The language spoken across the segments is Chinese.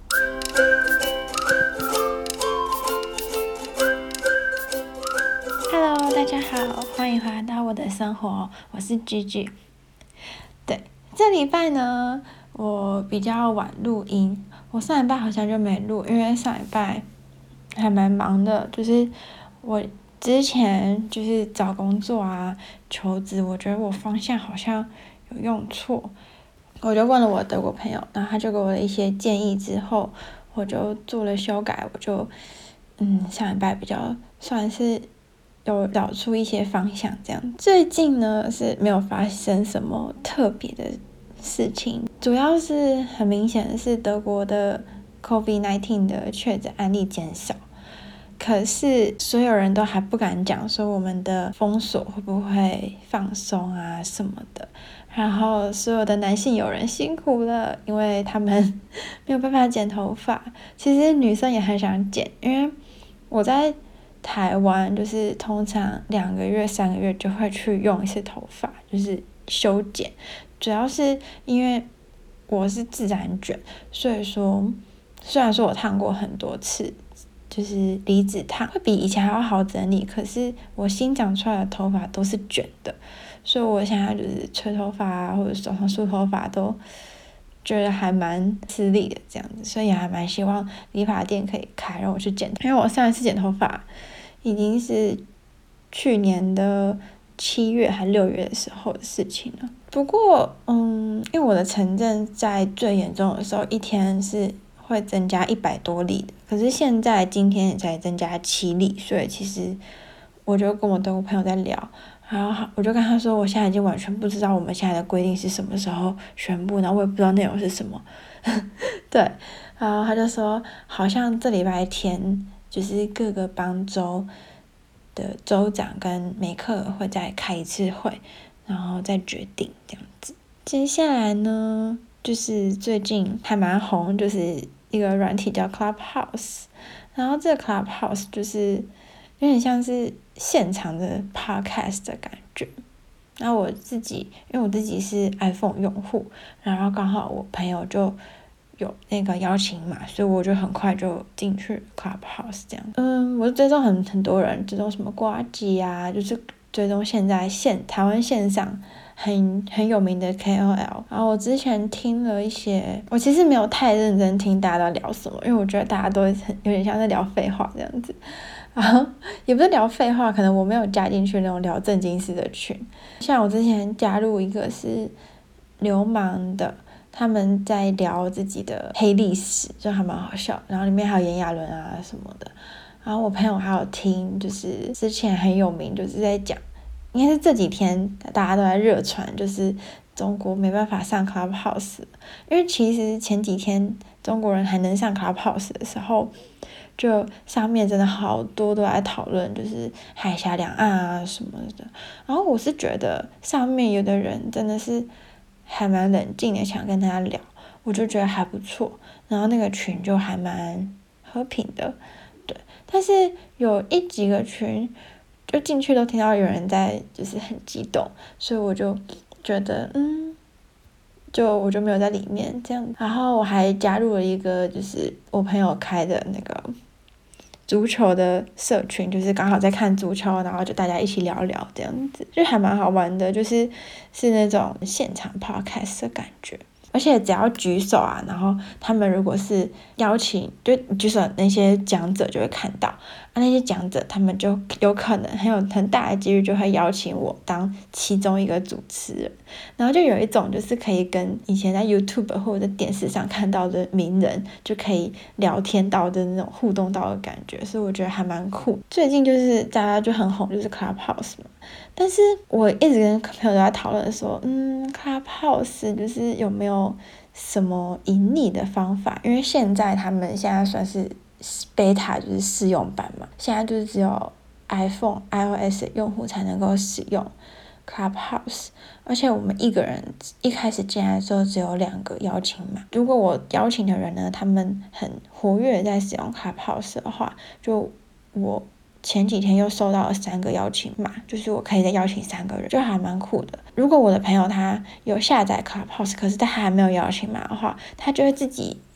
Hello， 大家好，欢迎回来到我的生活，我是 Gigi。对，这礼拜呢，我比较晚录音，我上礼拜好像就没录，因为上礼拜还蛮忙的，就是我之前就是找工作啊、求职，我觉得我方向好像有用错，我就问了我德国朋友，然后他就给我了一些建议，之后我就做了修改，我就上礼拜比较算是有找出一些方向这样。最近呢是没有发生什么特别的事情，主要是很明显的是德国的 COVID-19 的确诊案例减少，可是所有人都还不敢讲说我们的封锁会不会放松啊什么的，然后所有的男性友人辛苦了，因为他们没有办法剪头发。其实女生也很想剪，因为我在台湾就是通常2个月3个月就会去用一次头发，就是修剪，主要是因为我是自然卷，所以说虽然说我烫过很多次，就是离子烫会比以前还要好整理，可是我新长出来的头发都是卷的，所以我现在就是吹头发啊或者手上梳头发都觉得还蛮吃力的这样子，所以还蛮希望理发店可以开让我去剪头，因为我上一次剪头发已经是去年的7月还6月的时候的事情了。不过因为我的城镇在最严重的时候一天是会增加100多例的，可是现在今天也才增加7例，所以其实我就跟我德国朋友在聊，然后我就跟他说我现在已经完全不知道我们现在的规定是什么时候宣布，然后我也不知道内容是什么对，然后他就说好像这礼拜天就是各个邦州的州长跟梅克尔会再开一次会，然后再决定这样子。接下来呢，就是最近还蛮红，就是一个软体叫 Clubhouse， 然后这个 Clubhouse 就是有点像是现场的 podcast 的感觉。然后我自己，因为我自己是 iPhone 用户，然后刚好我朋友就有那个邀请码，所以我就很快就进去 Clubhouse 这样。我追踪很多人，追踪什么呱吉啊，就是追踪现在台湾线上很有名的 KOL。然后我之前听了一些，我其实没有太认真听大家都聊什么，因为我觉得大家都有点像在聊废话这样子。然后也不是聊废话，可能我没有加进去那种聊正经事的群。像我之前加入一个是流氓的，他们在聊自己的黑历史，就还蛮好笑，然后里面还有炎亚纶啊什么的。然后我朋友还有听，就是之前很有名，就是在讲，应该是这几天大家都在热传，就是中国没办法上 Clubhouse， 因为其实前几天中国人还能上 Clubhouse 的时候，就上面真的好多都在讨论，就是海峡两岸啊什么的。然后我是觉得上面有的人真的是还蛮冷静的，想跟他聊，我就觉得还不错。然后那个群就还蛮和平的，对。但是有几个群，就进去都听到有人在就是很激动，所以我就觉得我就没有在里面这样。然后我还加入了一个就是我朋友开的那个足球的社群，就是刚好在看足球，然后就大家一起聊聊这样子，就还蛮好玩的，就是那种现场 podcast 的感觉。而且只要举手啊，然后他们如果是邀请，就举手那些讲者就会看到，那些讲者他们就有可能很大的几率就会邀请我当其中一个主持人，然后就有一种就是可以跟以前在 YouTube 或者在电视上看到的名人就可以聊天到的那种互动到的感觉，所以我觉得还蛮酷。最近就是大家就很红，就是 Clubhouse 嘛，但是我一直跟朋友都在讨论说Clubhouse 就是有没有什么盈利的方法，因为现在他们现在算是 beta 就是试用版嘛，现在就是只有 iPhone iOS 的用户才能够使用 Clubhouse， 而且我们一个人一开始进来的时候只有2个邀请码，如果我邀请的人呢，他们很活跃在使用 Clubhouse 的话，就我前几天又收到了3个邀请码，就是我可以再邀请3个人，就还蛮酷的。如果我的朋友他有下载 Clubhouse， 可是他还没有邀请码的话，他就会自己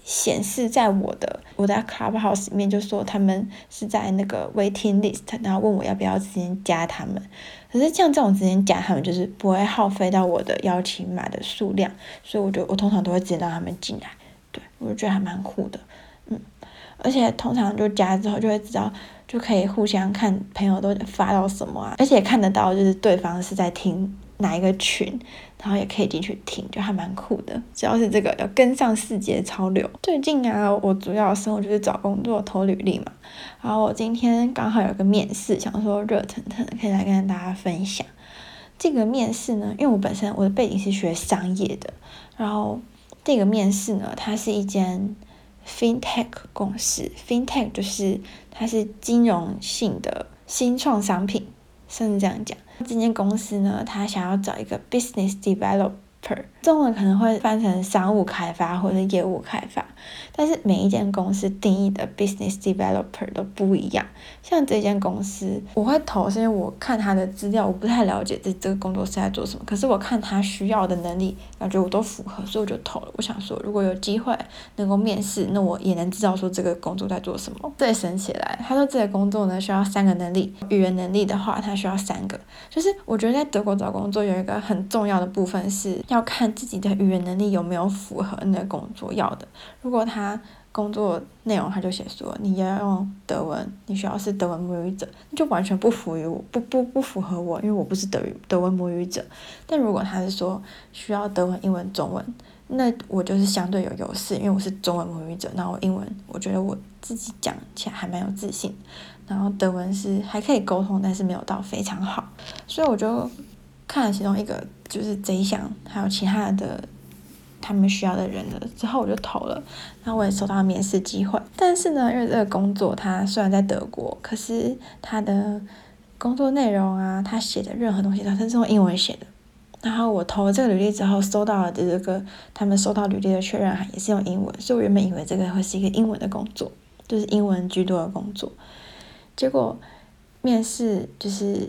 显示在我在 Clubhouse 里面，就说他们是在那个 waiting list， 然后问我要不要直接加他们。可是像这种直接加他们，就是不会耗费到我的邀请码的数量，所以我通常都会直接让他们进来。对，我就觉得还蛮酷的。而且通常就加之后就会知道，就可以互相看朋友都发到什么啊，而且看得到就是对方是在听哪一个群，然后也可以进去听，就还蛮酷的。主要是这个要跟上世界潮流。最近啊，我主要的生活就是找工作、投履历嘛。然后我今天刚好有个面试，想说热腾腾的可以来跟大家分享。这个面试呢，因为我的背景是学商业的，然后这个面试呢，它是一间FinTech 公司 ，FinTech 就是它是金融性的新创商品，甚至这样讲。这间公司呢，它想要找一个 Business Developer， 中文可能会翻成商务开发或者业务开发，但是每一间公司定义的 Business Developer 都不一样。像这间公司，我会投是因为我看他的资料，我不太了解这个工作是在做什么，可是我看他需要的能力，感觉我都符合，所以我就投了。我想说，如果有机会能够面试，那我也能知道说这个工作在做什么。最神奇来，他说这个工作呢需要3个能力，语言能力的话，他需要3个。就是我觉得在德国找工作有一个很重要的部分是要看自己的语言能力有没有符合那个工作要的。如果他工作内容他就写说你要用德文，你需要是德文母语者，那就完全不符合我，因为我不是德文母语者。但如果他是说需要德文、英文、中文，那我就是相对有优势，因为我是中文母语者，那我英文我觉得我自己讲起来还蛮有自信，然后德文是还可以沟通，但是没有到非常好，所以我就看了其中一个就是这一项，还有其他的他们需要的人了之后，我就投了，然后我也收到面试机会。但是呢，因为这个工作它虽然在德国，可是它的工作内容啊，它写的任何东西它是用英文写的。然后我投了这个履历之后，收到了这个他们收到履历的确认函也是用英文，所以我原本以为这个会是一个英文的工作，就是英文居多的工作。结果面试就是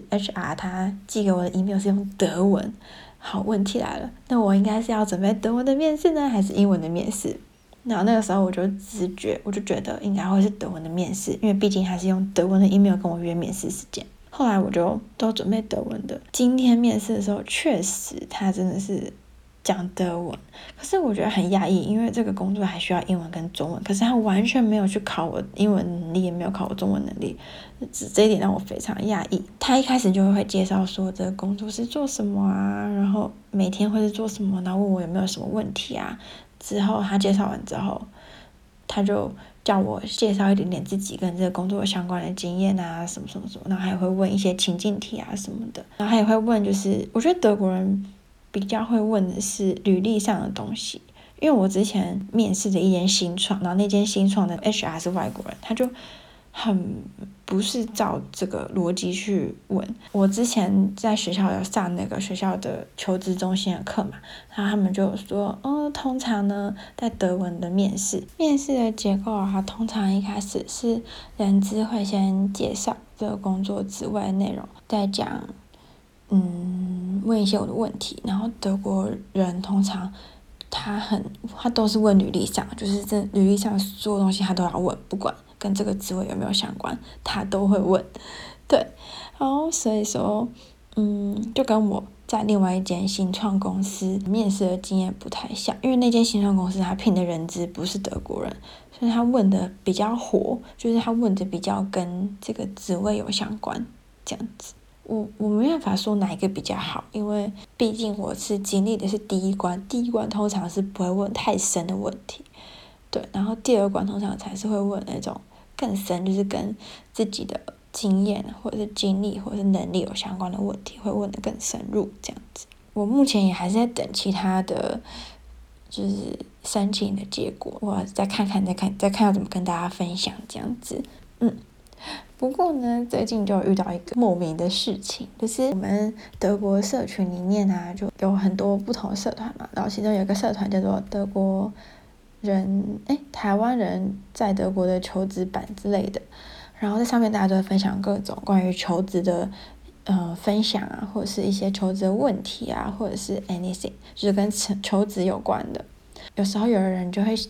HR 他寄给我的 email 是用德文。好，问题来了，那我应该是要准备德文的面试呢，还是英文的面试？然后那个时候我就觉得应该会是德文的面试，因为毕竟还是用德文的 email 跟我约面试时间。后来我就都准备德文的。今天面试的时候，确实他真的是讲德文，可是我觉得很讶异，因为这个工作还需要英文跟中文，可是他完全没有去考我英文能力，也没有考我中文能力，这一点让我非常讶异。他一开始就会介绍说这个工作是做什么啊，然后每天会是做什么，然后问我有没有什么问题啊。之后他介绍完之后，他就叫我介绍一点点自己跟这个工作相关的经验啊，什么什么什么，然后还会问一些情境题啊什么的，然后他也会问，就是我觉得德国人比较会问的是履历上的东西，因为我之前面试的一间新创，然后那间新创的 HR 是外国人，他就很不是照这个逻辑去问。我之前在学校有上那个学校的求职中心的课嘛，然后他们就说，通常呢，在德文的面试的结构啊，通常一开始是人资会先介绍这个工作职位内容，再讲，问一些我的问题，然后德国人通常他都是问履历上，就是这履历上所有东西他都要问，不管跟这个职位有没有相关，他都会问。对，然后所以说，就跟我在另外一间新创公司面试的经验不太像，因为那间新创公司他聘的人资不是德国人，所以他问的比较活，就是他问的比较跟这个职位有相关，这样子。我没办法说哪一个比较好，因为毕竟我是经历的是第一关通常是不会问太深的问题，对，然后第2关通常才是会问那种更深，就是跟自己的经验或者是经历或者是能力有相关的问题，会问得更深入这样子。我目前也还是在等其他的就是申请的结果，我再看要怎么跟大家分享这样子。不过呢，最近就遇到一个莫名的事情，就是我们德国社群里面啊，就有很多不同的社团嘛，然后其中有一个社团叫做德国人，台湾人在德国的求职版之类的，然后在上面大家都会分享各种关于求职的分享啊，或者是一些求职的问题啊，或者是 anything，就是跟求职有关的。有时候有的人就会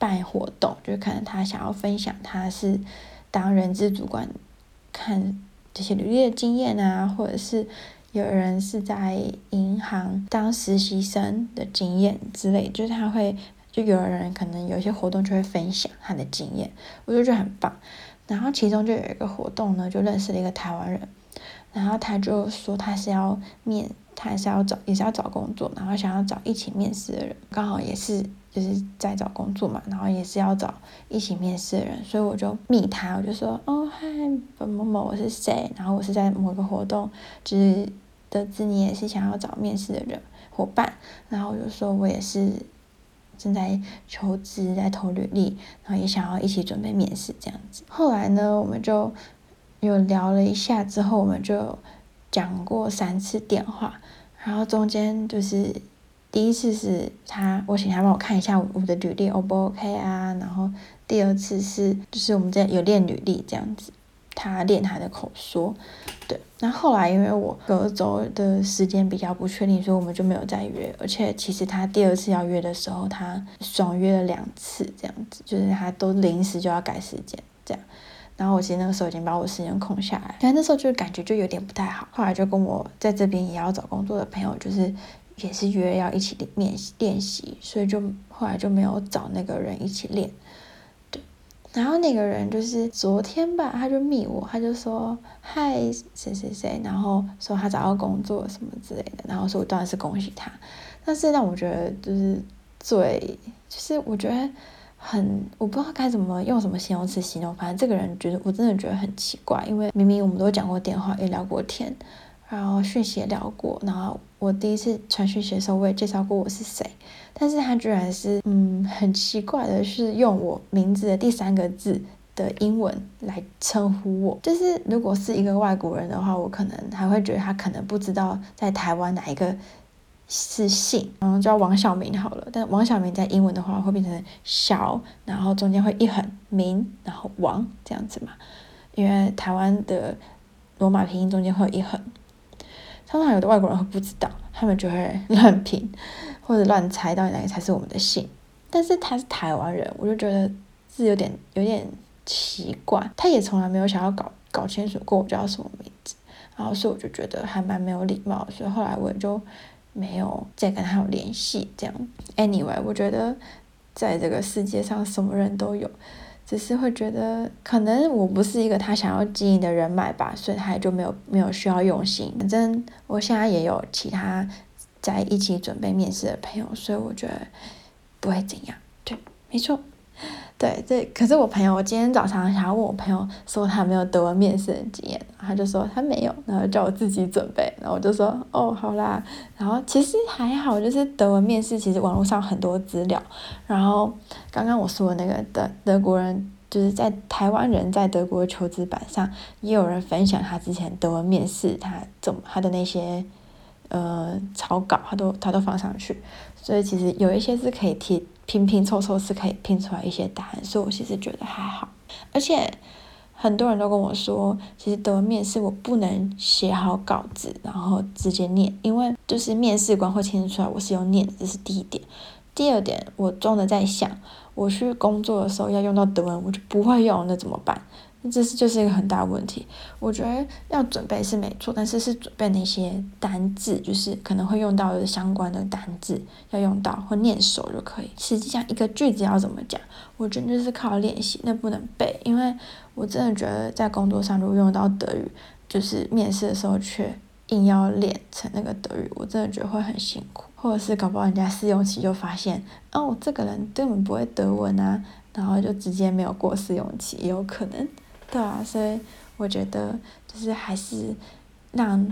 办活动，就可能他想要分享他是当人资主管看这些履历的经验啊，或者是有人是在银行当实习生的经验之类，就是他会就有人可能有一些活动就会分享他的经验，我就觉得很棒。然后其中就有一个活动呢，就认识了一个台湾人，然后他就说他也是要找工作，然后想要找一起面试的人，刚好也是就是在找工作嘛，然后也是要找一起面试的人，所以我就密他，我就说嗨某某我是谁，然后我是在某个活动就是得知你也是想要找面试的人伙伴，然后我就说我也是正在求职，在投履历，然后也想要一起准备面试这样子。后来呢，我们就有聊了一下之后，我们就讲过3次电话，然后中间就是第一次是我请他帮我看一下我的履历 O 不 OK 啊，然后第二次是就是我们有练履历这样子，他练他的口说。对，那后来因为我隔周的时间比较不确定，所以我们就没有再约，而且其实他第2次要约的时候，他爽约了2次这样子，就是他都临时就要改时间这样。然后我其实那个时候已经把我时间空下来，但那时候就感觉就有点不太好，后来就跟我在这边也要找工作的朋友，就是也是约要一起练习，所以就后来就没有找那个人一起练。对，然后那个人就是昨天吧，他就密我，他就说嗨谁谁谁，然后说他找到工作什么之类的，然后说我当然是恭喜他，但是让我觉得就是我觉得我不知道该怎么用什么形容词形容，反正这个人我真的觉得很奇怪，因为明明我们都讲过电话，也聊过天，然后讯息也聊过，然后我第一次传讯息的时候我也介绍过我是谁，但是他居然是很奇怪的是用我名字的第3个字的英文来称呼我，就是如果是一个外国人的话，我可能还会觉得他可能不知道在台湾哪一个是姓，然后叫王小明好了，但王小明在英文的话会变成小，然后中间会一横明，然后王这样子嘛，因为台湾的罗马拼音中间会有一横，通常有的外国人会不知道，他们就会乱拼或者乱猜到底哪个才是我们的姓，但是他是台湾人，我就觉得是有点奇怪，他也从来没有想要搞清楚过我叫什么名字，然后所以我就觉得还蛮没有礼貌，所以后来我也就没有再跟他有联系这样。Anyway， 我觉得在这个世界上什么人都有，只是会觉得可能我不是一个他想要经营的人脉吧，所以他也就没有需要用心。反正我现在也有其他在一起准备面试的朋友，所以我觉得不会怎样。对，没错。对，可是我今天早上想要问我朋友说他没有德文面试的经验，他就说他没有，然后叫我自己准备，然后我就说好啦，然后其实还好，就是德文面试其实网络上很多资料，然后刚刚我说的那个德国人就是在台湾人在德国的求职版上也有人分享他之前德文面试他的那些草稿他都放上去，所以其实有一些是可以拼凑是可以拼出来一些答案，所以我其实觉得还好。而且很多人都跟我说，其实德文面试我不能写好稿子然后直接念，因为就是面试官会听得出来我是用念的，这是第一点。第二点，我真的在想，我去工作的时候要用到德文，我就不会用，那怎么办？就是一个很大的问题。我觉得要准备是没错，但是准备那些单字，就是可能会用到的相关的单字要用到或念熟就可以。实际上一个句子要怎么讲，我真的是靠练习，那不能背，因为我真的觉得在工作上如果用到德语，就是面试的时候却硬要练成那个德语，我真的觉得会很辛苦，或者是搞不好人家试用期就发现这个人根本不会德文啊，然后就直接没有过试用期也有可能。对啊，所以我觉得就是还是让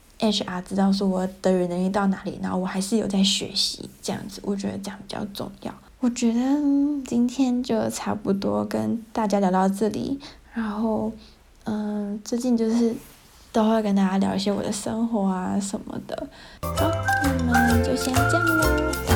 HR 知道说我的德语能力到哪里，然后我还是有在学习这样子，我觉得这样比较重要。我觉得今天就差不多跟大家聊到这里，然后最近就是都会跟大家聊一些我的生活啊什么的。好，那么就先这样咯。